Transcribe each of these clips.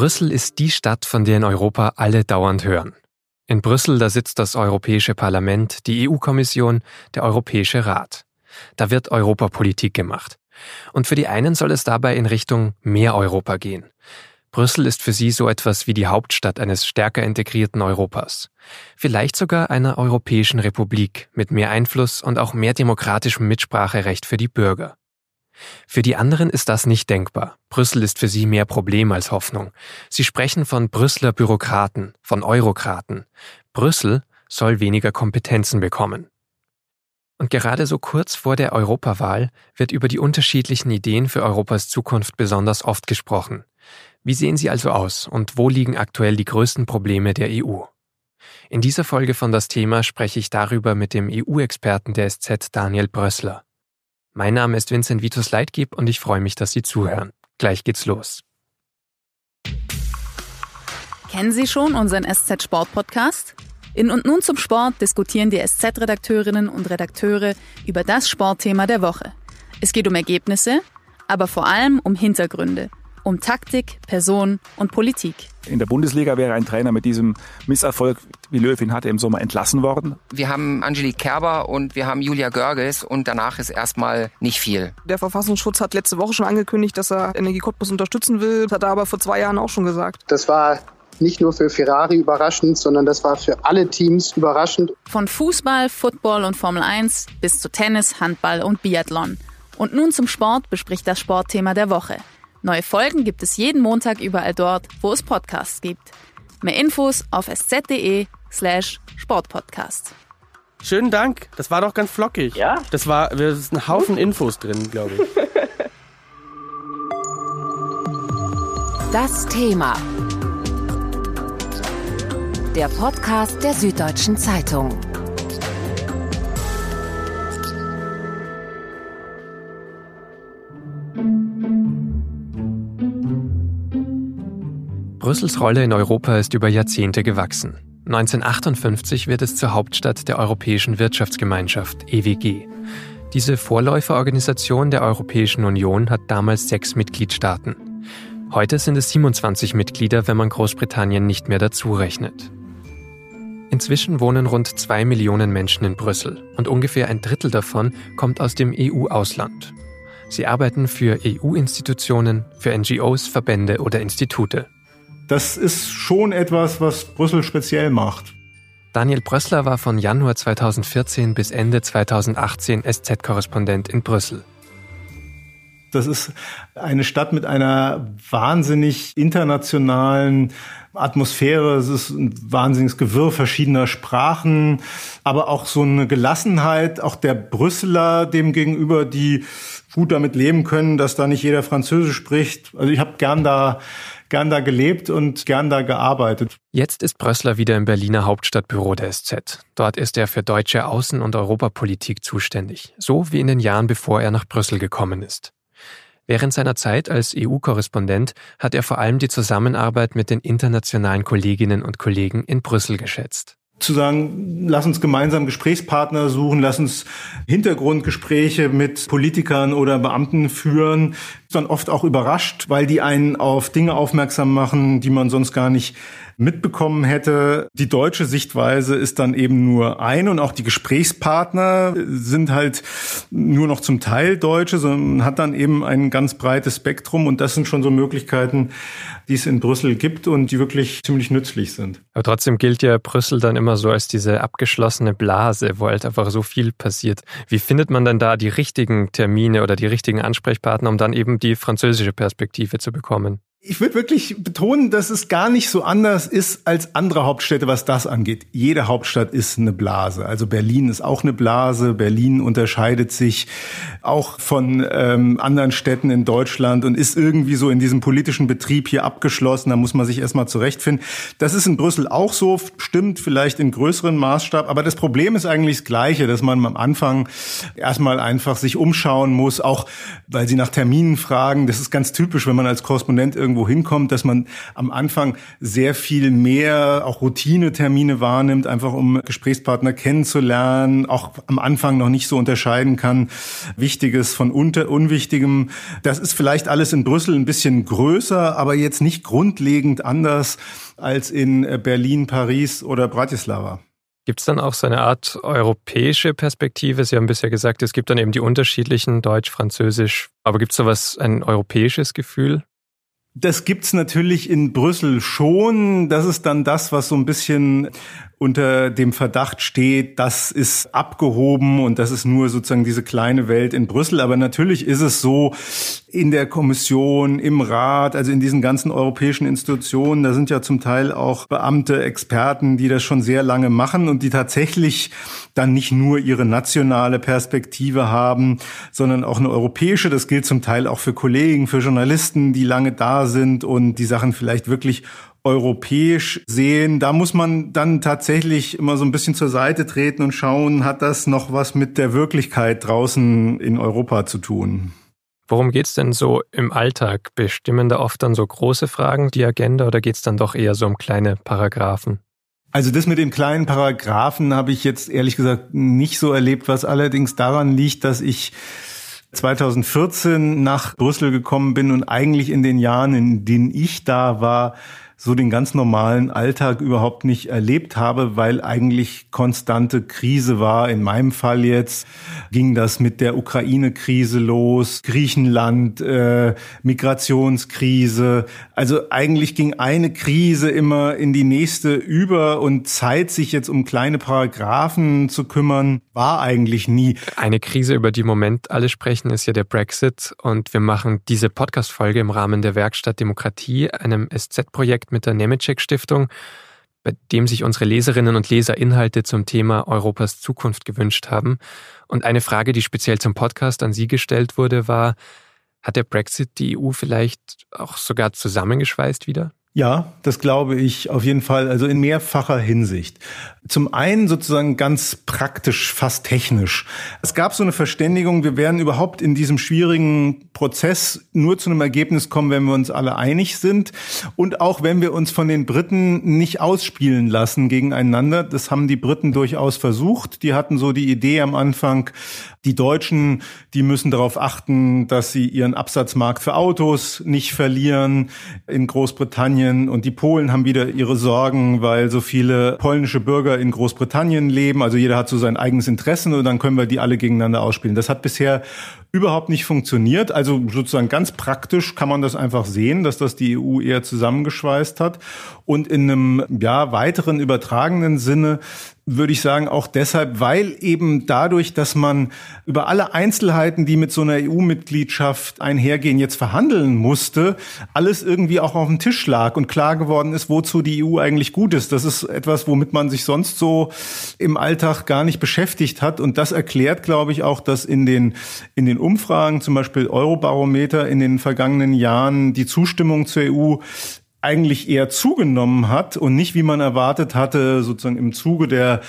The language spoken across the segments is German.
Brüssel ist die Stadt, von der in Europa alle dauernd hören. In Brüssel, da sitzt das Europäische Parlament, die EU-Kommission, der Europäische Rat. Da wird Europapolitik gemacht. Und für die einen soll es dabei in Richtung mehr Europa gehen. Brüssel ist für sie so etwas wie die Hauptstadt eines stärker integrierten Europas. Vielleicht sogar einer Europäischen Republik mit mehr Einfluss und auch mehr demokratischem Mitspracherecht für die Bürger. Für die anderen ist das nicht denkbar. Brüssel ist für sie mehr Problem als Hoffnung. Sie sprechen von Brüsseler Bürokraten, von Eurokraten. Brüssel soll weniger Kompetenzen bekommen. Und gerade so kurz vor der Europawahl wird über die unterschiedlichen Ideen für Europas Zukunft besonders oft gesprochen. Wie sehen sie also aus und wo liegen aktuell die größten Probleme der EU? In dieser Folge von Das Thema spreche ich darüber mit dem EU-Experten der SZ Daniel Brössler. Mein Name ist Vincent Vitus Leitgeb und ich freue mich, dass Sie zuhören. Gleich geht's los. Kennen Sie schon unseren SZ-Sport-Podcast? In und nun zum Sport diskutieren die SZ-Redakteurinnen und Redakteure über das Sportthema der Woche. Es geht um Ergebnisse, aber vor allem um Hintergründe, um Taktik, Person und Politik. In der Bundesliga wäre ein Trainer mit diesem Misserfolg, wie Löw ihn hatte, im Sommer entlassen worden. Wir haben Angelique Kerber und wir haben Julia Görges und danach ist erstmal nicht viel. Der Verfassungsschutz hat letzte Woche schon angekündigt, dass er Energie Cottbus unterstützen will. Das hat er aber vor 2 Jahren auch schon gesagt. Das war nicht nur für Ferrari überraschend, sondern das war für alle Teams überraschend. Von Fußball, Football und Formel 1 bis zu Tennis, Handball und Biathlon. Und nun zum Sport bespricht das Sportthema der Woche. Neue Folgen gibt es jeden Montag überall dort, wo es Podcasts gibt. Mehr Infos auf sz.de/Sportpodcast. Schönen Dank, das war doch ganz flockig. Ja? Das ist ein Haufen Infos drin, glaube ich. Das Thema. Der Podcast der Süddeutschen Zeitung. Brüssels Rolle in Europa ist über Jahrzehnte gewachsen. 1958 wird es zur Hauptstadt der Europäischen Wirtschaftsgemeinschaft, EWG. Diese Vorläuferorganisation der Europäischen Union hat damals 6 Mitgliedstaaten. Heute sind es 27 Mitglieder, wenn man Großbritannien nicht mehr dazu rechnet. Inzwischen wohnen rund 2 Millionen Menschen in Brüssel und ungefähr ein Drittel davon kommt aus dem EU-Ausland. Sie arbeiten für EU-Institutionen, für NGOs, Verbände oder Institute. Das ist schon etwas, was Brüssel speziell macht. Daniel Brössler war von Januar 2014 bis Ende 2018 SZ-Korrespondent in Brüssel. Das ist eine Stadt mit einer wahnsinnig internationalen Atmosphäre. Es ist ein wahnsinniges Gewirr verschiedener Sprachen, aber auch so eine Gelassenheit, auch der Brüsseler dem gegenüber, die gut damit leben können, dass da nicht jeder Französisch spricht. Also ich habe gern da gelebt und gern da gearbeitet. Jetzt ist Brössler wieder im Berliner Hauptstadtbüro der SZ. Dort ist er für deutsche Außen- und Europapolitik zuständig, so wie in den Jahren, bevor er nach Brüssel gekommen ist. Während seiner Zeit als EU-Korrespondent hat er vor allem die Zusammenarbeit mit den internationalen Kolleginnen und Kollegen in Brüssel geschätzt. Zu sagen, lass uns gemeinsam Gesprächspartner suchen, lass uns Hintergrundgespräche mit Politikern oder Beamten führen, ist dann oft auch überrascht, weil die einen auf Dinge aufmerksam machen, die man sonst gar nicht mitbekommen hätte. Die deutsche Sichtweise ist dann eben nur eine und auch die Gesprächspartner sind halt nur noch zum Teil Deutsche, sondern hat dann eben ein ganz breites Spektrum und das sind schon so Möglichkeiten, die es in Brüssel gibt und die wirklich ziemlich nützlich sind. Aber trotzdem gilt ja Brüssel dann immer so als diese abgeschlossene Blase, wo halt einfach so viel passiert. Wie findet man denn da die richtigen Termine oder die richtigen Ansprechpartner, um dann eben die französische Perspektive zu bekommen? Ich würde wirklich betonen, dass es gar nicht so anders ist als andere Hauptstädte, was das angeht. Jede Hauptstadt ist eine Blase. Also Berlin ist auch eine Blase. Berlin unterscheidet sich auch von anderen Städten in Deutschland und ist irgendwie so in diesem politischen Betrieb hier abgeschlossen. Da muss man sich erstmal zurechtfinden. Das ist in Brüssel auch so, stimmt vielleicht in größeren Maßstab. Aber das Problem ist eigentlich das Gleiche, dass man am Anfang erstmal einfach sich umschauen muss, auch weil sie nach Terminen fragen. Das ist ganz typisch, wenn man als Korrespondent irgendwie irgendwo hinkommt, dass man am Anfang sehr viel mehr auch Routinetermine wahrnimmt, einfach um Gesprächspartner kennenzulernen, auch am Anfang noch nicht so unterscheiden kann, Wichtiges von Unwichtigem. Das ist vielleicht alles in Brüssel ein bisschen größer, aber jetzt nicht grundlegend anders als in Berlin, Paris oder Bratislava. Gibt es dann auch so eine Art europäische Perspektive? Sie haben bisher gesagt, es gibt dann eben die unterschiedlichen Deutsch, Französisch. Aber gibt es sowas, ein europäisches Gefühl? Das gibt's natürlich in Brüssel schon. Das ist dann das, was so ein bisschen unter dem Verdacht steht, das ist abgehoben und das ist nur sozusagen diese kleine Welt in Brüssel. Aber natürlich ist es so, in der Kommission, im Rat, also in diesen ganzen europäischen Institutionen, da sind ja zum Teil auch Beamte, Experten, die das schon sehr lange machen und die tatsächlich dann nicht nur ihre nationale Perspektive haben, sondern auch eine europäische. Das gilt zum Teil auch für Kollegen, für Journalisten, die lange da sind und die Sachen vielleicht wirklich europäisch sehen. Da muss man dann tatsächlich immer so ein bisschen zur Seite treten und schauen, hat das noch was mit der Wirklichkeit draußen in Europa zu tun? Worum geht's denn so im Alltag? Bestimmen da oft dann so große Fragen die Agenda oder geht's dann doch eher so um kleine Paragraphen? Also das mit den kleinen Paragraphen habe ich jetzt ehrlich gesagt nicht so erlebt, was allerdings daran liegt, dass ich 2014 nach Brüssel gekommen bin und eigentlich in den Jahren, in denen ich da war, so den ganz normalen Alltag überhaupt nicht erlebt habe, weil eigentlich konstante Krise war. In meinem Fall jetzt ging das mit der Ukraine-Krise los, Griechenland, Migrationskrise. Also eigentlich ging eine Krise immer in die nächste über und Zeit, sich jetzt um kleine Paragraphen zu kümmern, war eigentlich nie. Eine Krise, über die im Moment alle sprechen, ist ja der Brexit und wir machen diese Podcast-Folge im Rahmen der Werkstatt Demokratie, einem SZ-Projekt mit der Nemetschek-Stiftung, bei dem sich unsere Leserinnen und Leser Inhalte zum Thema Europas Zukunft gewünscht haben. Und eine Frage, die speziell zum Podcast an Sie gestellt wurde, war, hat der Brexit die EU vielleicht auch sogar zusammengeschweißt wieder? Ja, das glaube ich auf jeden Fall, also in mehrfacher Hinsicht. Zum einen sozusagen ganz praktisch, fast technisch. Es gab so eine Verständigung, wir werden überhaupt in diesem schwierigen Prozess nur zu einem Ergebnis kommen, wenn wir uns alle einig sind und auch wenn wir uns von den Briten nicht ausspielen lassen gegeneinander. Das haben die Briten durchaus versucht. Die hatten so die Idee am Anfang, die Deutschen, die müssen darauf achten, dass sie ihren Absatzmarkt für Autos nicht verlieren in Großbritannien. Und die Polen haben wieder ihre Sorgen, weil so viele polnische Bürger in Großbritannien leben. Also jeder hat so sein eigenes Interesse und dann können wir die alle gegeneinander ausspielen. Das hat bisher überhaupt nicht funktioniert. Also sozusagen ganz praktisch kann man das einfach sehen, dass das die EU eher zusammengeschweißt hat. Und in einem weiteren übertragenen Sinne würde ich sagen, auch deshalb, weil eben dadurch, dass man über alle Einzelheiten, die mit so einer EU-Mitgliedschaft einhergehen, jetzt verhandeln musste, alles irgendwie auch auf dem Tisch lag und klar geworden ist, wozu die EU eigentlich gut ist. Das ist etwas, womit man sich sonst so im Alltag gar nicht beschäftigt hat. Und das erklärt, glaube ich, auch, dass in den Umfragen, zum Beispiel Eurobarometer in den vergangenen Jahren, die Zustimmung zur EU eigentlich eher zugenommen hat und nicht, wie man erwartet hatte, sozusagen im Zuge der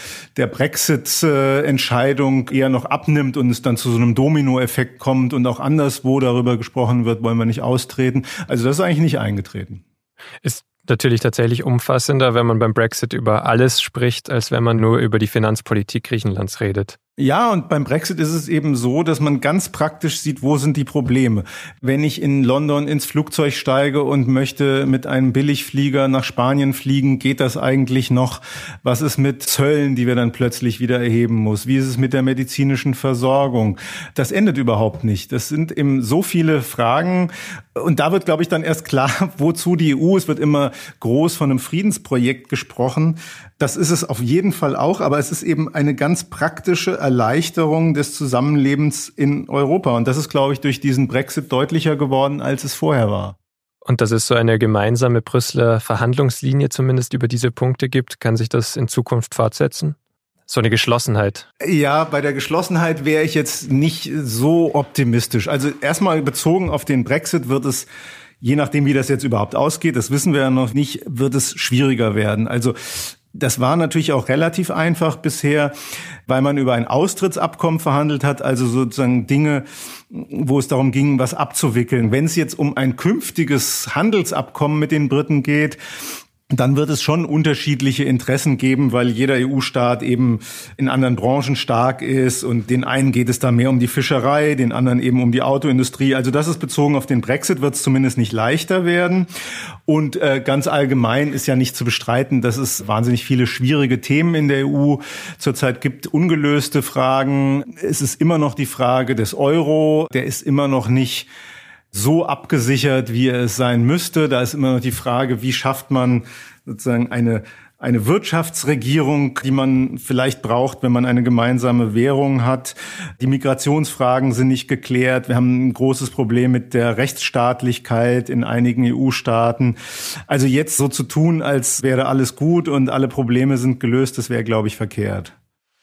Brexit-Entscheidung eher noch abnimmt und es dann zu so einem Dominoeffekt kommt und auch anderswo darüber gesprochen wird, wollen wir nicht austreten. Also das ist eigentlich nicht eingetreten. Ist natürlich tatsächlich umfassender, wenn man beim Brexit über alles spricht, als wenn man nur über die Finanzpolitik Griechenlands redet. Ja, und beim Brexit ist es eben so, dass man ganz praktisch sieht, wo sind die Probleme. Wenn ich in London ins Flugzeug steige und möchte mit einem Billigflieger nach Spanien fliegen, geht das eigentlich noch? Was ist mit Zöllen, die wir dann plötzlich wieder erheben muss? Wie ist es mit der medizinischen Versorgung? Das endet überhaupt nicht. Das sind eben so viele Fragen. Und da wird, glaube ich, dann erst klar, wozu die EU, es wird immer groß von einem Friedensprojekt gesprochen. Das ist es auf jeden Fall auch, aber es ist eben eine ganz praktische Erleichterung des Zusammenlebens in Europa. Und das ist, glaube ich, durch diesen Brexit deutlicher geworden, als es vorher war. Und dass es so eine gemeinsame Brüsseler Verhandlungslinie zumindest über diese Punkte gibt, kann sich das in Zukunft fortsetzen? So eine Geschlossenheit. Ja, bei der Geschlossenheit wäre ich jetzt nicht so optimistisch. Also erstmal bezogen auf den Brexit wird es, je nachdem wie das jetzt überhaupt ausgeht, das wissen wir ja noch nicht, wird es schwieriger werden. Also Das war natürlich auch relativ einfach bisher, weil man über ein Austrittsabkommen verhandelt hat, also sozusagen Dinge, wo es darum ging, was abzuwickeln. Wenn es jetzt um ein künftiges Handelsabkommen mit den Briten geht, dann wird es schon unterschiedliche Interessen geben, weil jeder EU-Staat eben in anderen Branchen stark ist und den einen geht es da mehr um die Fischerei, den anderen eben um die Autoindustrie. Also das ist bezogen auf den Brexit, wird es zumindest nicht leichter werden. Und ganz allgemein ist ja nicht zu bestreiten, dass es wahnsinnig viele schwierige Themen in der EU zurzeit gibt, ungelöste Fragen. Es ist immer noch die Frage des Euro, der ist immer noch nicht so abgesichert, wie er es sein müsste. Da ist immer noch die Frage, wie schafft man sozusagen eine Wirtschaftsregierung, die man vielleicht braucht, wenn man eine gemeinsame Währung hat. Die Migrationsfragen sind nicht geklärt. Wir haben ein großes Problem mit der Rechtsstaatlichkeit in einigen EU-Staaten. Also jetzt so zu tun, als wäre alles gut und alle Probleme sind gelöst, das wäre, glaube ich, verkehrt.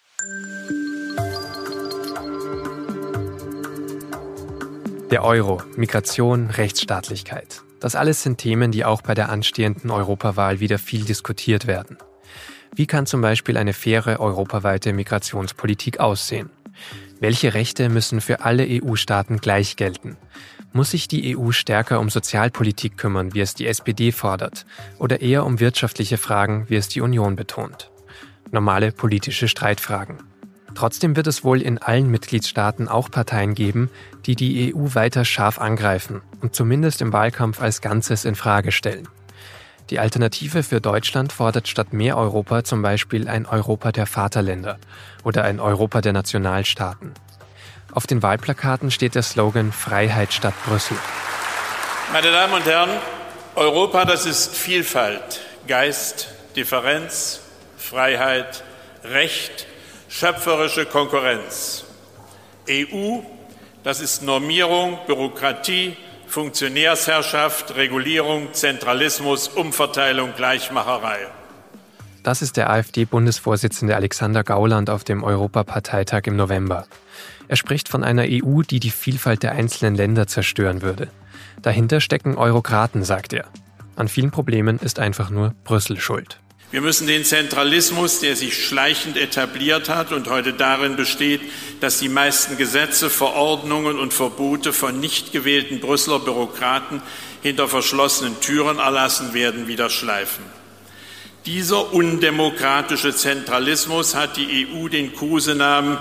Der Euro, Migration, Rechtsstaatlichkeit. Das alles sind Themen, die auch bei der anstehenden Europawahl wieder viel diskutiert werden. Wie kann zum Beispiel eine faire europaweite Migrationspolitik aussehen? Welche Rechte müssen für alle EU-Staaten gleich gelten? Muss sich die EU stärker um Sozialpolitik kümmern, wie es die SPD fordert, oder eher um wirtschaftliche Fragen, wie es die Union betont? Normale politische Streitfragen. Trotzdem wird es wohl in allen Mitgliedstaaten auch Parteien geben, die die EU weiter scharf angreifen und zumindest im Wahlkampf als Ganzes in Frage stellen. Die Alternative für Deutschland fordert statt mehr Europa zum Beispiel ein Europa der Vaterländer oder ein Europa der Nationalstaaten. Auf den Wahlplakaten steht der Slogan Freiheit statt Brüssel. Meine Damen und Herren, Europa, das ist Vielfalt, Geist, Differenz, Freiheit, Recht, schöpferische Konkurrenz. EU, das ist Normierung, Bürokratie, Funktionärsherrschaft, Regulierung, Zentralismus, Umverteilung, Gleichmacherei. Das ist der AfD-Bundesvorsitzende Alexander Gauland auf dem Europaparteitag im November. Er spricht von einer EU, die die Vielfalt der einzelnen Länder zerstören würde. Dahinter stecken Eurokraten, sagt er. An vielen Problemen ist einfach nur Brüssel schuld. Wir müssen den Zentralismus, der sich schleichend etabliert hat und heute darin besteht, dass die meisten Gesetze, Verordnungen und Verbote von nicht gewählten Brüsseler Bürokraten hinter verschlossenen Türen erlassen werden, wieder schleifen. Dieser undemokratische Zentralismus hat die EU den Kosenamen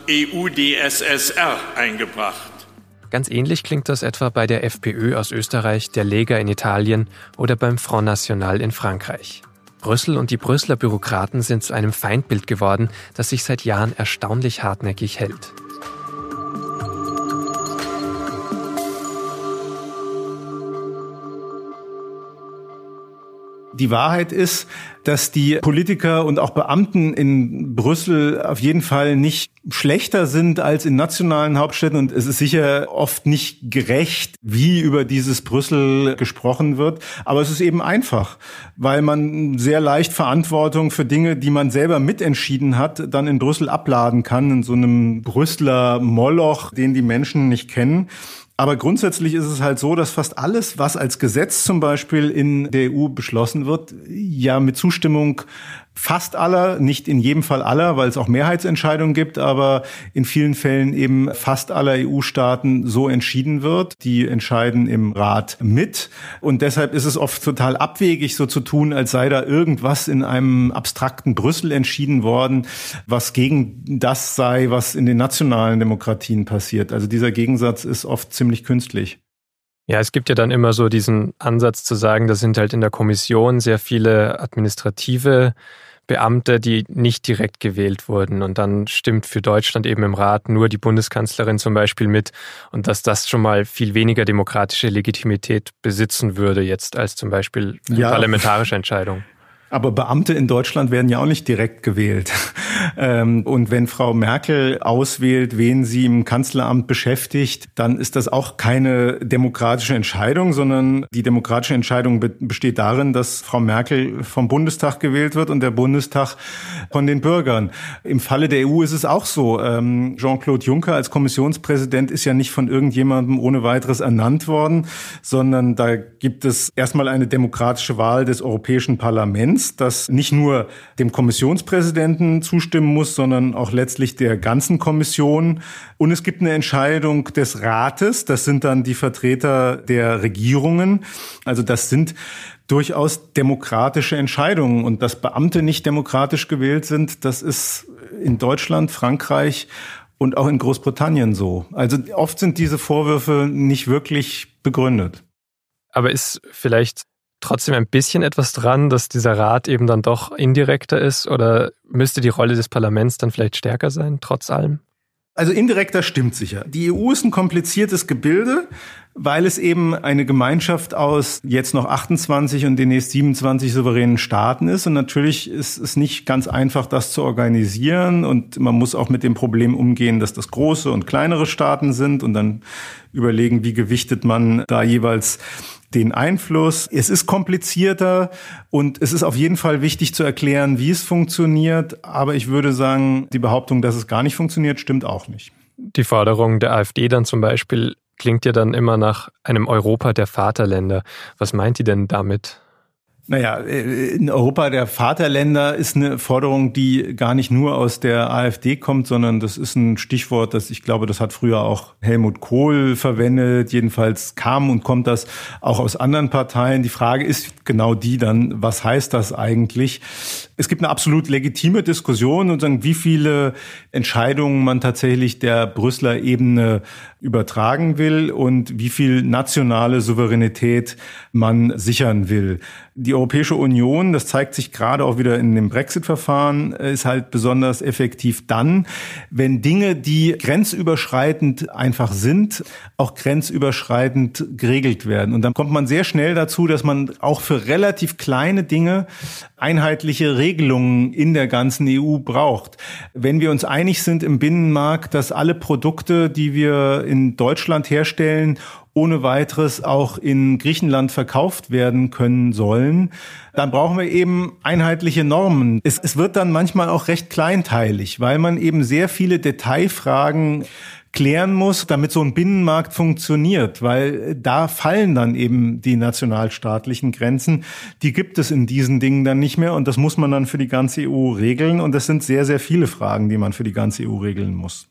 EU-DSSR eingebracht. Ganz ähnlich klingt das etwa bei der FPÖ aus Österreich, der Lega in Italien oder beim Front National in Frankreich. Brüssel und die Brüsseler Bürokraten sind zu einem Feindbild geworden, das sich seit Jahren erstaunlich hartnäckig hält. Die Wahrheit ist, dass die Politiker und auch Beamten in Brüssel auf jeden Fall nicht schlechter sind als in nationalen Hauptstädten. Und es ist sicher oft nicht gerecht, wie über dieses Brüssel gesprochen wird. Aber es ist eben einfach, weil man sehr leicht Verantwortung für Dinge, die man selber mitentschieden hat, dann in Brüssel abladen kann, in so einem Brüsseler Moloch, den die Menschen nicht kennen. Aber grundsätzlich ist es halt so, dass fast alles, was als Gesetz zum Beispiel in der EU beschlossen wird, ja mit Zustimmung fast aller, nicht in jedem Fall aller, weil es auch Mehrheitsentscheidungen gibt, aber in vielen Fällen eben fast aller EU-Staaten so entschieden wird. Die entscheiden im Rat mit. Und deshalb ist es oft total abwegig, so zu tun, als sei da irgendwas in einem abstrakten Brüssel entschieden worden, was gegen das sei, was in den nationalen Demokratien passiert. Also dieser Gegensatz ist oft ziemlich künstlich. Ja, es gibt ja dann immer so diesen Ansatz zu sagen, da sind halt in der Kommission sehr viele administrative Beamte, die nicht direkt gewählt wurden. Und dann stimmt für Deutschland eben im Rat nur die Bundeskanzlerin zum Beispiel mit. Und dass das schon mal viel weniger demokratische Legitimität besitzen würde jetzt als zum Beispiel eine parlamentarische Entscheidung. Aber Beamte in Deutschland werden ja auch nicht direkt gewählt. Und wenn Frau Merkel auswählt, wen sie im Kanzleramt beschäftigt, dann ist das auch keine demokratische Entscheidung, sondern die demokratische Entscheidung besteht darin, dass Frau Merkel vom Bundestag gewählt wird und der Bundestag von den Bürgern. Im Falle der EU ist es auch so. Jean-Claude Juncker als Kommissionspräsident ist ja nicht von irgendjemandem ohne weiteres ernannt worden, sondern da gibt es erstmal eine demokratische Wahl des Europäischen Parlaments. Parlaments, das nicht nur dem Kommissionspräsidenten zustimmen muss, sondern auch letztlich der ganzen Kommission. Und es gibt eine Entscheidung des Rates, das sind dann die Vertreter der Regierungen. Also das sind durchaus demokratische Entscheidungen. Und dass Beamte nicht demokratisch gewählt sind, das ist in Deutschland, Frankreich und auch in Großbritannien so. Also oft sind diese Vorwürfe nicht wirklich begründet. Aber ist vielleicht trotzdem ein bisschen etwas dran, dass dieser Rat eben dann doch indirekter ist? Oder müsste die Rolle des Parlaments dann vielleicht stärker sein, trotz allem? Also indirekter stimmt sicher. Die EU ist ein kompliziertes Gebilde, weil es eben eine Gemeinschaft aus jetzt noch 28 und demnächst 27 souveränen Staaten ist. Und natürlich ist es nicht ganz einfach, das zu organisieren. Und man muss auch mit dem Problem umgehen, dass das große und kleinere Staaten sind und dann überlegen, wie gewichtet man da jeweils den Einfluss. Es ist komplizierter und es ist auf jeden Fall wichtig zu erklären, wie es funktioniert. Aber ich würde sagen, die Behauptung, dass es gar nicht funktioniert, stimmt auch nicht. Die Forderung der AfD dann zum Beispiel klingt ja dann immer nach einem Europa der Vaterländer. Was meint die denn damit? Naja, in Europa der Vaterländer ist eine Forderung, die gar nicht nur aus der AfD kommt, sondern das ist ein Stichwort, das ich glaube, das hat früher auch Helmut Kohl verwendet. Jedenfalls kam und kommt das auch aus anderen Parteien. Die Frage ist genau die dann, was heißt das eigentlich? Es gibt eine absolut legitime Diskussion und sagen, wie viele Entscheidungen man tatsächlich der Brüsseler Ebene übertragen will und wie viel nationale Souveränität man sichern will. Die Europäische Union, das zeigt sich gerade auch wieder in dem Brexit-Verfahren, ist halt besonders effektiv dann, wenn Dinge, die grenzüberschreitend einfach sind, auch grenzüberschreitend geregelt werden. Und dann kommt man sehr schnell dazu, dass man auch für relativ kleine Dinge einheitliche Regelungen in der ganzen EU braucht. Wenn wir uns einig sind im Binnenmarkt, dass alle Produkte, die wir in Deutschland herstellen, ohne weiteres auch in Griechenland verkauft werden können sollen, dann brauchen wir eben einheitliche Normen. Es wird dann manchmal auch recht kleinteilig, weil man eben sehr viele Detailfragen klären muss, damit so ein Binnenmarkt funktioniert, weil da fallen dann eben die nationalstaatlichen Grenzen. Die gibt es in diesen Dingen dann nicht mehr und das muss man dann für die ganze EU regeln und das sind sehr, sehr viele Fragen, die man für die ganze EU regeln muss.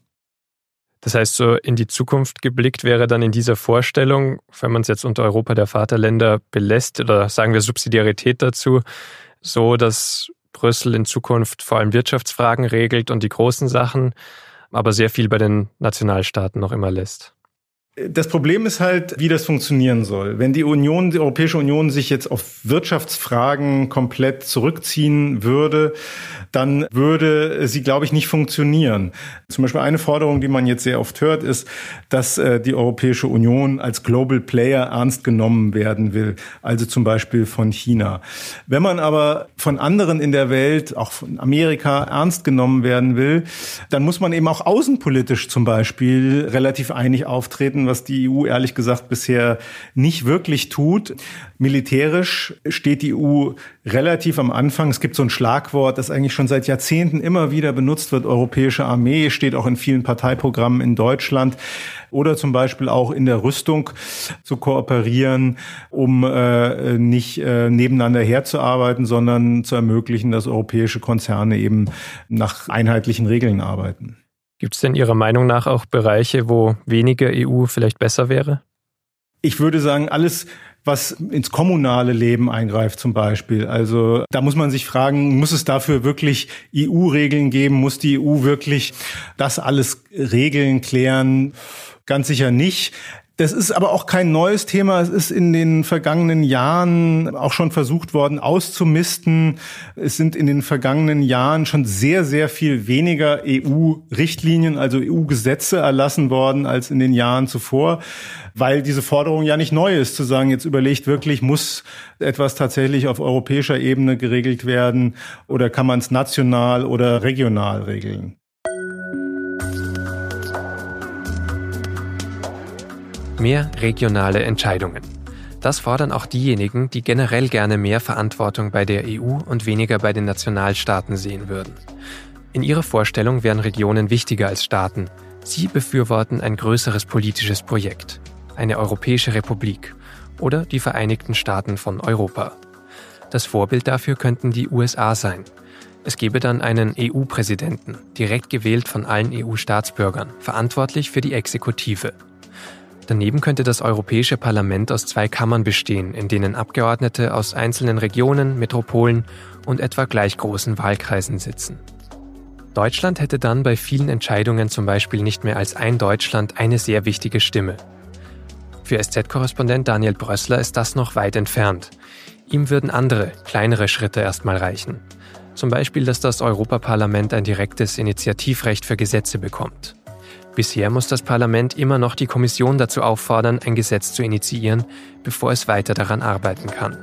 Das heißt, so in die Zukunft geblickt wäre dann in dieser Vorstellung, wenn man es jetzt unter Europa der Vaterländer belässt, oder sagen wir Subsidiarität dazu, so, dass Brüssel in Zukunft vor allem Wirtschaftsfragen regelt und die großen Sachen, aber sehr viel bei den Nationalstaaten noch immer lässt. Das Problem ist halt, wie das funktionieren soll. Wenn die Europäische Union sich jetzt auf Wirtschaftsfragen komplett zurückziehen würde, dann würde sie, glaube ich, nicht funktionieren. Zum Beispiel eine Forderung, die man jetzt sehr oft hört, ist, dass die Europäische Union als Global Player ernst genommen werden will, also zum Beispiel von China. Wenn man aber von anderen in der Welt, auch von Amerika, ernst genommen werden will, dann muss man eben auch außenpolitisch zum Beispiel relativ einig auftreten, was die EU ehrlich gesagt bisher nicht wirklich tut. Militärisch steht die EU relativ am Anfang. Es gibt so ein Schlagwort, das eigentlich schon seit Jahrzehnten immer wieder benutzt wird. Europäische Armee steht auch in vielen Parteiprogrammen in Deutschland. Oder zum Beispiel auch in der Rüstung zu kooperieren, um nicht nebeneinander herzuarbeiten, sondern zu ermöglichen, dass europäische Konzerne eben nach einheitlichen Regeln arbeiten. Gibt es denn Ihrer Meinung nach auch Bereiche, wo weniger EU vielleicht besser wäre? Ich würde sagen, alles, was ins kommunale Leben eingreift zum Beispiel. Also da muss man sich fragen, muss es dafür wirklich EU-Regeln geben? Muss die EU wirklich das alles regeln, klären? Ganz sicher nicht. Das ist aber auch kein neues Thema. Es ist in den vergangenen Jahren auch schon versucht worden, auszumisten. Es sind in den vergangenen Jahren schon sehr, sehr viel weniger EU-Richtlinien, also EU-Gesetze erlassen worden als in den Jahren zuvor, weil diese Forderung ja nicht neu ist, zu sagen, jetzt überlegt wirklich, muss etwas tatsächlich auf europäischer Ebene geregelt werden oder kann man es national oder regional regeln? Mehr regionale Entscheidungen. Das fordern auch diejenigen, die generell gerne mehr Verantwortung bei der EU und weniger bei den Nationalstaaten sehen würden. In ihrer Vorstellung wären Regionen wichtiger als Staaten. Sie befürworten ein größeres politisches Projekt, eine Europäische Republik oder die Vereinigten Staaten von Europa. Das Vorbild dafür könnten die USA sein. Es gäbe dann einen EU-Präsidenten, direkt gewählt von allen EU-Staatsbürgern, verantwortlich für die Exekutive. Daneben könnte das Europäische Parlament aus 2 Kammern bestehen, in denen Abgeordnete aus einzelnen Regionen, Metropolen und etwa gleich großen Wahlkreisen sitzen. Deutschland hätte dann bei vielen Entscheidungen zum Beispiel nicht mehr als ein Deutschland eine sehr wichtige Stimme. Für SZ-Korrespondent Daniel Brössler ist das noch weit entfernt. Ihm würden andere, kleinere Schritte erstmal reichen. Zum Beispiel, dass das Europaparlament ein direktes Initiativrecht für Gesetze bekommt. Bisher muss das Parlament immer noch die Kommission dazu auffordern, ein Gesetz zu initiieren, bevor es weiter daran arbeiten kann.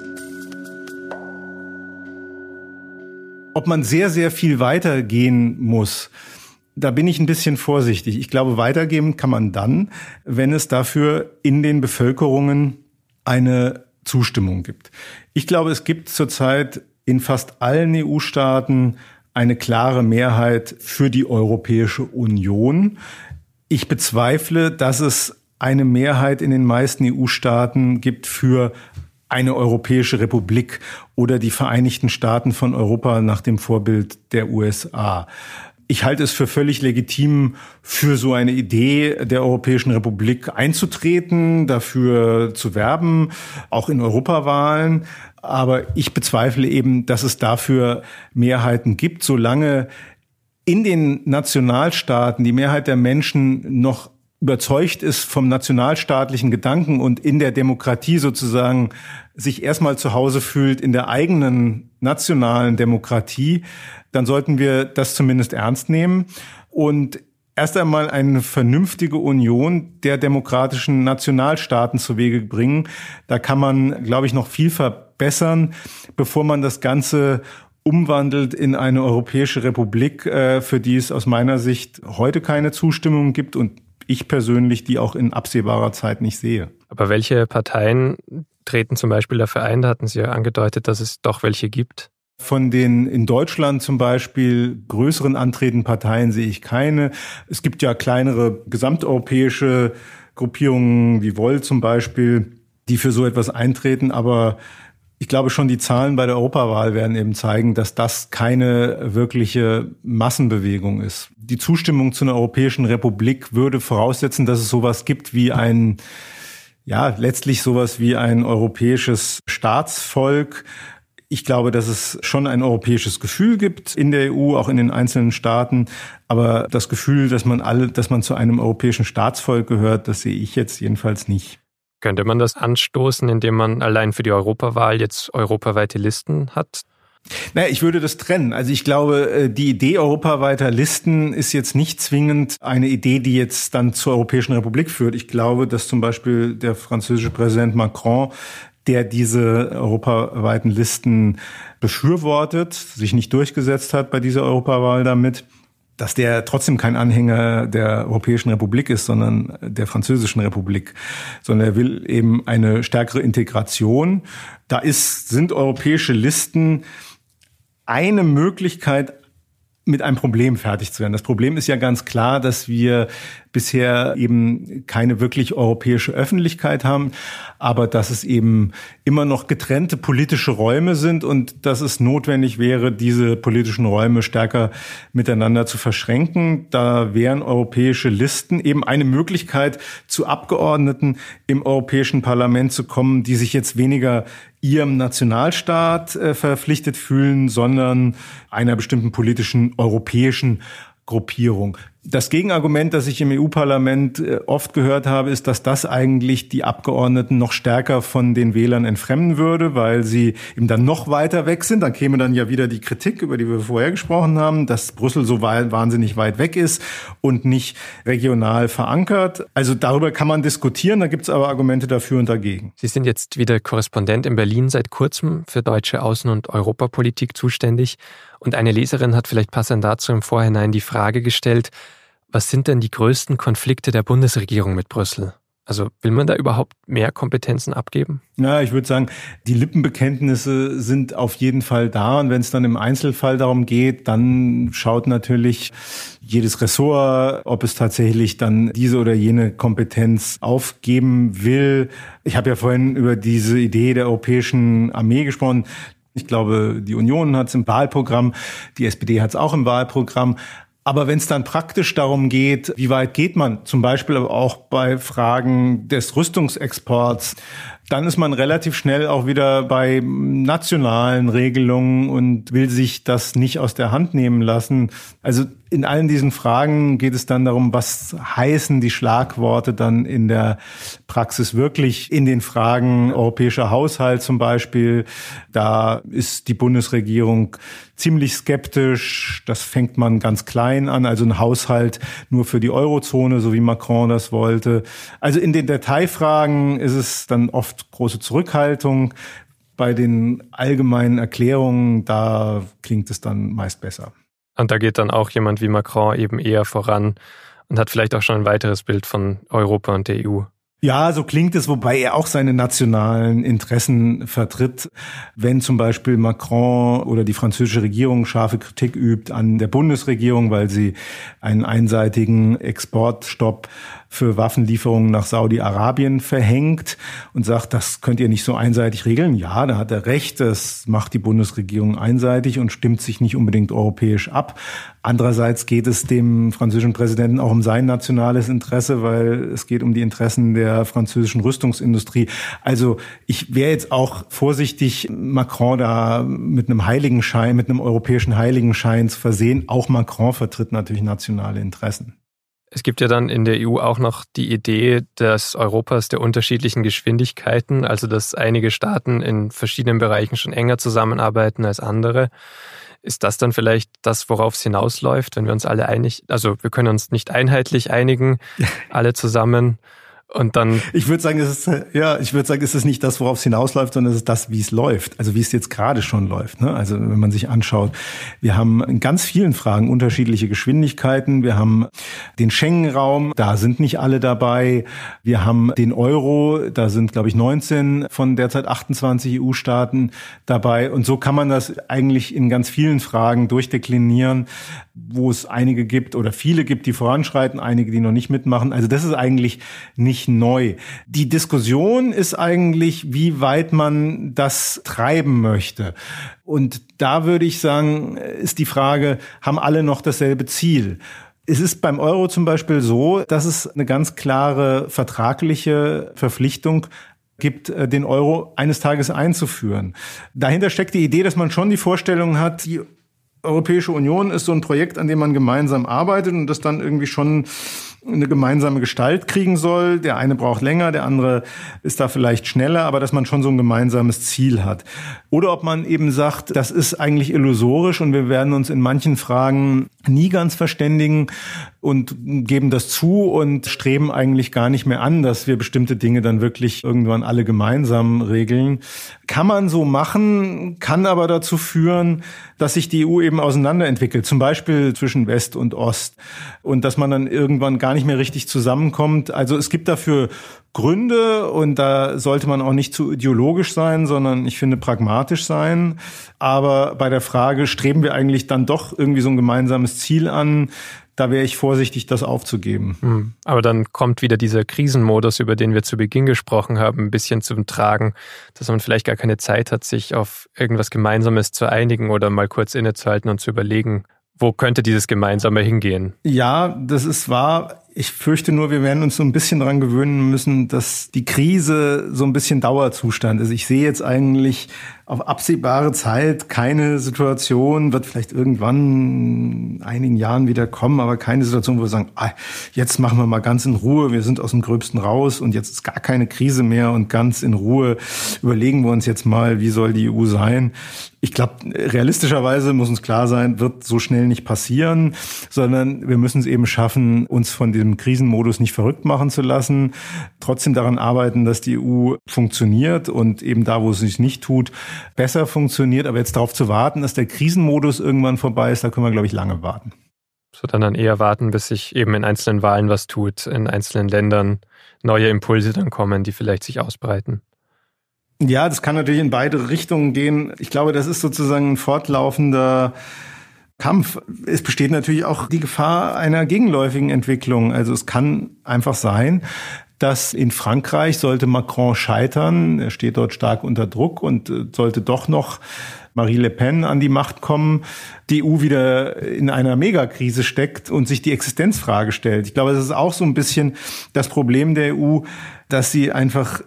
Ob man sehr, sehr viel weitergehen muss, da bin ich ein bisschen vorsichtig. Ich glaube, weitergehen kann man dann, wenn es dafür in den Bevölkerungen eine Zustimmung gibt. Ich glaube, es gibt zurzeit in fast allen EU-Staaten eine klare Mehrheit für die Europäische Union. Ich bezweifle, dass es eine Mehrheit in den meisten EU-Staaten gibt für eine Europäische Republik oder die Vereinigten Staaten von Europa nach dem Vorbild der USA. Ich halte es für völlig legitim, für so eine Idee der Europäischen Republik einzutreten, dafür zu werben, auch in Europawahlen. Aber ich bezweifle eben, dass es dafür Mehrheiten gibt, solange in den Nationalstaaten die Mehrheit der Menschen noch überzeugt ist vom nationalstaatlichen Gedanken und in der Demokratie sozusagen sich erstmal zu Hause fühlt in der eigenen nationalen Demokratie, dann sollten wir das zumindest ernst nehmen und erst einmal eine vernünftige Union der demokratischen Nationalstaaten zu Wege bringen. Da kann man, glaube ich, noch viel verbessern, bevor man das Ganze umwandelt in eine Europäische Republik, für die es aus meiner Sicht heute keine Zustimmung gibt und ich persönlich die auch in absehbarer Zeit nicht sehe. Aber welche Parteien treten zum Beispiel dafür ein? Da hatten Sie ja angedeutet, dass es doch welche gibt. Von den in Deutschland zum Beispiel größeren antretenden Parteien sehe ich keine. Es gibt ja kleinere gesamteuropäische Gruppierungen wie Volt zum Beispiel, die für so etwas eintreten. Aber ich glaube schon, die Zahlen bei der Europawahl werden eben zeigen, dass das keine wirkliche Massenbewegung ist. Die Zustimmung zu einer Europäischen Republik würde voraussetzen, dass es sowas gibt wie letztlich sowas wie ein europäisches Staatsvolk. Ich glaube, dass es schon ein europäisches Gefühl gibt in der EU, auch in den einzelnen Staaten. Aber das Gefühl, dass man zu einem europäischen Staatsvolk gehört, das sehe ich jetzt jedenfalls nicht. Könnte man das anstoßen, indem man allein für die Europawahl jetzt europaweite Listen hat? Naja, ich würde das trennen. Also ich glaube, die Idee europaweiter Listen ist jetzt nicht zwingend eine Idee, die jetzt dann zur Europäischen Republik führt. Ich glaube, dass zum Beispiel der französische Präsident Macron, der diese europaweiten Listen befürwortet, sich nicht durchgesetzt hat bei dieser Europawahl damit, dass der trotzdem kein Anhänger der Europäischen Republik ist, sondern der Französischen Republik, sondern er will eben eine stärkere Integration. Sind europäische Listen eine Möglichkeit, mit einem Problem fertig zu werden. Das Problem ist ja ganz klar, dass wir bisher eben keine wirklich europäische Öffentlichkeit haben, aber dass es eben immer noch getrennte politische Räume sind und dass es notwendig wäre, diese politischen Räume stärker miteinander zu verschränken. Da wären europäische Listen eben eine Möglichkeit, zu Abgeordneten im Europäischen Parlament zu kommen, die sich jetzt weniger ihrem Nationalstaat verpflichtet fühlen, sondern einer bestimmten politischen europäischen Gruppierung. Das Gegenargument, das ich im EU-Parlament oft gehört habe, ist, dass das eigentlich die Abgeordneten noch stärker von den Wählern entfremden würde, weil sie eben dann noch weiter weg sind. Dann käme dann ja wieder die Kritik, über die wir vorher gesprochen haben, dass Brüssel so wahnsinnig weit weg ist und nicht regional verankert. Also darüber kann man diskutieren, da gibt es aber Argumente dafür und dagegen. Sie sind jetzt wieder Korrespondent in Berlin, seit kurzem für deutsche Außen- und Europapolitik zuständig. Und eine Leserin hat vielleicht passend dazu im Vorhinein die Frage gestellt, was sind denn die größten Konflikte der Bundesregierung mit Brüssel? Also will man da überhaupt mehr Kompetenzen abgeben? Ja, ich würde sagen, die Lippenbekenntnisse sind auf jeden Fall da. Und wenn es dann im Einzelfall darum geht, dann schaut natürlich jedes Ressort, ob es tatsächlich dann diese oder jene Kompetenz aufgeben will. Ich habe ja vorhin über diese Idee der europäischen Armee gesprochen. Ich glaube, die Union hat es im Wahlprogramm, die SPD hat es auch im Wahlprogramm. Aber wenn es dann praktisch darum geht, wie weit geht man, zum Beispiel aber auch bei Fragen des Rüstungsexports, dann ist man relativ schnell auch wieder bei nationalen Regelungen und will sich das nicht aus der Hand nehmen lassen. Also in allen diesen Fragen geht es dann darum, was heißen die Schlagworte dann in der Praxis wirklich in den Fragen europäischer Haushalt zum Beispiel. Da ist die Bundesregierung ziemlich skeptisch. Das fängt man ganz klein an, also ein Haushalt nur für die Eurozone, so wie Macron das wollte. Also in den Detailfragen ist es dann oft große Zurückhaltung. Bei den allgemeinen Erklärungen, da klingt es dann meist besser. Und da geht dann auch jemand wie Macron eben eher voran und hat vielleicht auch schon ein weiteres Bild von Europa und der EU. Ja, so klingt es, wobei er auch seine nationalen Interessen vertritt. Wenn zum Beispiel Macron oder die französische Regierung scharfe Kritik übt an der Bundesregierung, weil sie einen einseitigen Exportstopp für Waffenlieferungen nach Saudi-Arabien verhängt und sagt, das könnt ihr nicht so einseitig regeln. Ja, da hat er recht, das macht die Bundesregierung einseitig und stimmt sich nicht unbedingt europäisch ab. Andererseits geht es dem französischen Präsidenten auch um sein nationales Interesse, weil es geht um die Interessen der französischen Rüstungsindustrie. Also ich wäre jetzt auch vorsichtig, Macron da mit einem Heiligenschein, mit einem europäischen Heiligenschein zu versehen. Auch Macron vertritt natürlich nationale Interessen. Es gibt ja dann in der EU auch noch die Idee des Europas der unterschiedlichen Geschwindigkeiten, also dass einige Staaten in verschiedenen Bereichen schon enger zusammenarbeiten als andere. Ist das dann vielleicht das, worauf es hinausläuft, wenn wir uns alle also wir können uns nicht einheitlich einigen, alle zusammen? Und dann. Ich würde sagen, es ist nicht das, worauf es hinausläuft, sondern es ist das, wie es läuft. Also wie es jetzt gerade schon läuft. Ne? Also wenn man sich anschaut, wir haben in ganz vielen Fragen unterschiedliche Geschwindigkeiten. Wir haben den Schengen-Raum, da sind nicht alle dabei. Wir haben den Euro, da sind, glaube ich, 19 von derzeit 28 EU-Staaten dabei. Und so kann man das eigentlich in ganz vielen Fragen durchdeklinieren, wo es einige gibt oder viele gibt, die voranschreiten, einige, die noch nicht mitmachen. Also das ist eigentlich nicht neu. Die Diskussion ist eigentlich, wie weit man das treiben möchte. Und da würde ich sagen, ist die Frage, haben alle noch dasselbe Ziel? Es ist beim Euro zum Beispiel so, dass es eine ganz klare vertragliche Verpflichtung gibt, den Euro eines Tages einzuführen. Dahinter steckt die Idee, dass man schon die Vorstellung hat, die Europäische Union ist so ein Projekt, an dem man gemeinsam arbeitet und das dann irgendwie schon eine gemeinsame Gestalt kriegen soll. Der eine braucht länger, der andere ist da vielleicht schneller, aber dass man schon so ein gemeinsames Ziel hat. Oder ob man eben sagt, das ist eigentlich illusorisch und wir werden uns in manchen Fragen nie ganz verständigen und geben das zu und streben eigentlich gar nicht mehr an, dass wir bestimmte Dinge dann wirklich irgendwann alle gemeinsam regeln. Kann man so machen, kann aber dazu führen, dass sich die EU eben auseinanderentwickelt, zum Beispiel zwischen West und Ost und dass man dann irgendwann gar nicht mehr richtig zusammenkommt. Also es gibt dafür Gründe und da sollte man auch nicht zu ideologisch sein, sondern ich finde pragmatisch sein. Aber bei der Frage, streben wir eigentlich dann doch irgendwie so ein gemeinsames Ziel an, da wäre ich vorsichtig, das aufzugeben. Aber dann kommt wieder dieser Krisenmodus, über den wir zu Beginn gesprochen haben, ein bisschen zum Tragen, dass man vielleicht gar keine Zeit hat, sich auf irgendwas Gemeinsames zu einigen oder mal kurz innezuhalten und zu überlegen, wo könnte dieses Gemeinsame hingehen? Ja, das ist wahr. Ich fürchte nur, wir werden uns so ein bisschen dran gewöhnen müssen, dass die Krise so ein bisschen Dauerzustand ist. Ich sehe jetzt eigentlich auf absehbare Zeit keine Situation, wird vielleicht irgendwann in einigen Jahren wieder kommen, aber keine Situation, wo wir sagen, jetzt machen wir mal ganz in Ruhe, wir sind aus dem Gröbsten raus und jetzt ist gar keine Krise mehr und ganz in Ruhe überlegen wir uns jetzt mal, wie soll die EU sein. Ich glaube, realistischerweise muss uns klar sein, wird so schnell nicht passieren, sondern wir müssen es eben schaffen, uns von diesem Krisenmodus nicht verrückt machen zu lassen, trotzdem daran arbeiten, dass die EU funktioniert und eben da, wo es sich nicht tut, besser funktioniert. Aber jetzt darauf zu warten, dass der Krisenmodus irgendwann vorbei ist, da können wir, glaube ich, lange warten. sondern dann eher warten, bis sich eben in einzelnen Wahlen was tut, in einzelnen Ländern neue Impulse dann kommen, die vielleicht sich ausbreiten. Ja, das kann natürlich in beide Richtungen gehen. Ich glaube, das ist sozusagen ein fortlaufender Kampf. Es besteht natürlich auch die Gefahr einer gegenläufigen Entwicklung. Also es kann einfach sein, dass in Frankreich, sollte Macron scheitern, er steht dort stark unter Druck und sollte doch noch Marine Le Pen an die Macht kommen, die EU wieder in einer Megakrise steckt und sich die Existenzfrage stellt. Ich glaube, das ist auch so ein bisschen das Problem der EU, dass sie einfach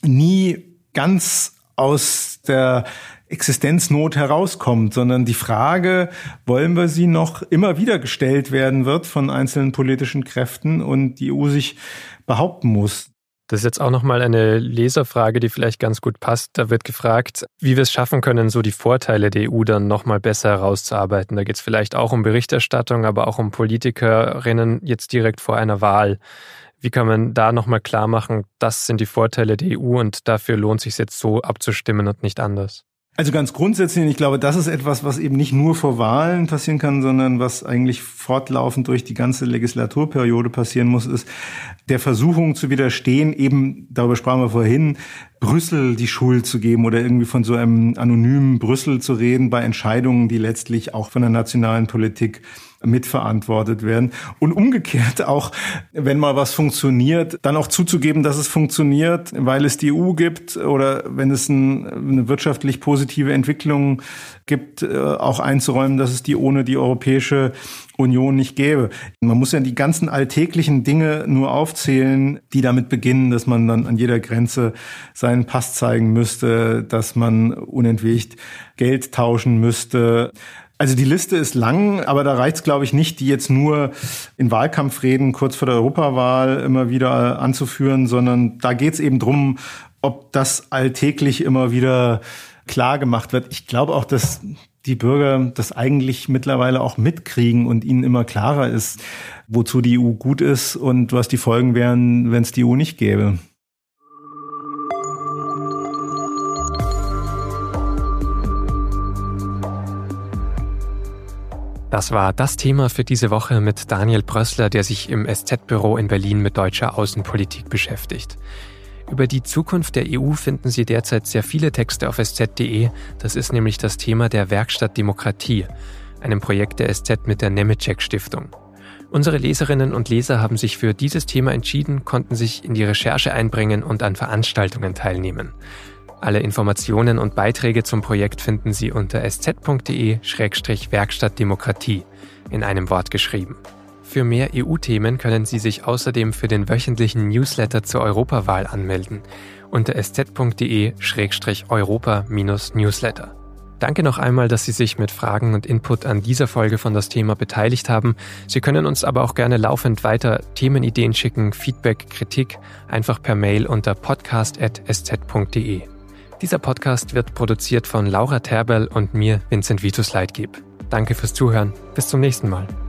nie ganz aus der Existenznot herauskommt, sondern die Frage, wollen wir sie noch, immer wieder gestellt werden wird von einzelnen politischen Kräften und die EU sich behaupten muss. Das ist jetzt auch nochmal eine Leserfrage, die vielleicht ganz gut passt. Da wird gefragt, wie wir es schaffen können, so die Vorteile der EU dann nochmal besser herauszuarbeiten. Da geht es vielleicht auch um Berichterstattung, aber auch um Politikerinnen jetzt direkt vor einer Wahl. Wie kann man da nochmal klar machen, das sind die Vorteile der EU und dafür lohnt es sich jetzt so abzustimmen und nicht anders? Also ganz grundsätzlich, ich glaube, das ist etwas, was eben nicht nur vor Wahlen passieren kann, sondern was eigentlich fortlaufend durch die ganze Legislaturperiode passieren muss, ist der Versuchung zu widerstehen, eben, darüber sprachen wir vorhin, Brüssel die Schuld zu geben oder irgendwie von so einem anonymen Brüssel zu reden bei Entscheidungen, die letztlich auch von der nationalen Politik mitverantwortet werden. Und umgekehrt auch, wenn mal was funktioniert, dann auch zuzugeben, dass es funktioniert, weil es die EU gibt oder wenn es eine wirtschaftlich positive Entwicklung gibt, auch einzuräumen, dass es die ohne die Europäische Union nicht gäbe. Man muss ja die ganzen alltäglichen Dinge nur aufzählen, die damit beginnen, dass man dann an jeder Grenze seinen Pass zeigen müsste, dass man unentwegt Geld tauschen müsste. Also die Liste ist lang, aber da reicht es, glaube ich, nicht, die jetzt nur in Wahlkampfreden kurz vor der Europawahl immer wieder anzuführen, sondern da geht es eben drum, ob das alltäglich immer wieder klar gemacht wird. Ich glaube auch, dass die Bürger das eigentlich mittlerweile auch mitkriegen und ihnen immer klarer ist, wozu die EU gut ist und was die Folgen wären, wenn es die EU nicht gäbe. Das war das Thema für diese Woche mit Daniel Brössler, der sich im SZ-Büro in Berlin mit deutscher Außenpolitik beschäftigt. Über die Zukunft der EU finden Sie derzeit sehr viele Texte auf sz.de. Das ist nämlich das Thema der Werkstatt Demokratie, einem Projekt der SZ mit der Nemetschek-Stiftung. Unsere Leserinnen und Leser haben sich für dieses Thema entschieden, konnten sich in die Recherche einbringen und an Veranstaltungen teilnehmen. Alle Informationen und Beiträge zum Projekt finden Sie unter sz.de/Werkstattdemokratie, in einem Wort geschrieben. Für mehr EU-Themen können Sie sich außerdem für den wöchentlichen Newsletter zur Europawahl anmelden, unter sz.de/europa-newsletter. Danke noch einmal, dass Sie sich mit Fragen und Input an dieser Folge von das Thema beteiligt haben. Sie können uns aber auch gerne laufend weiter Themenideen schicken, Feedback, Kritik, einfach per Mail unter podcast@sz.de. Dieser Podcast wird produziert von Laura Terberl und mir, Vincent Vitus Leitgeb. Danke fürs Zuhören. Bis zum nächsten Mal.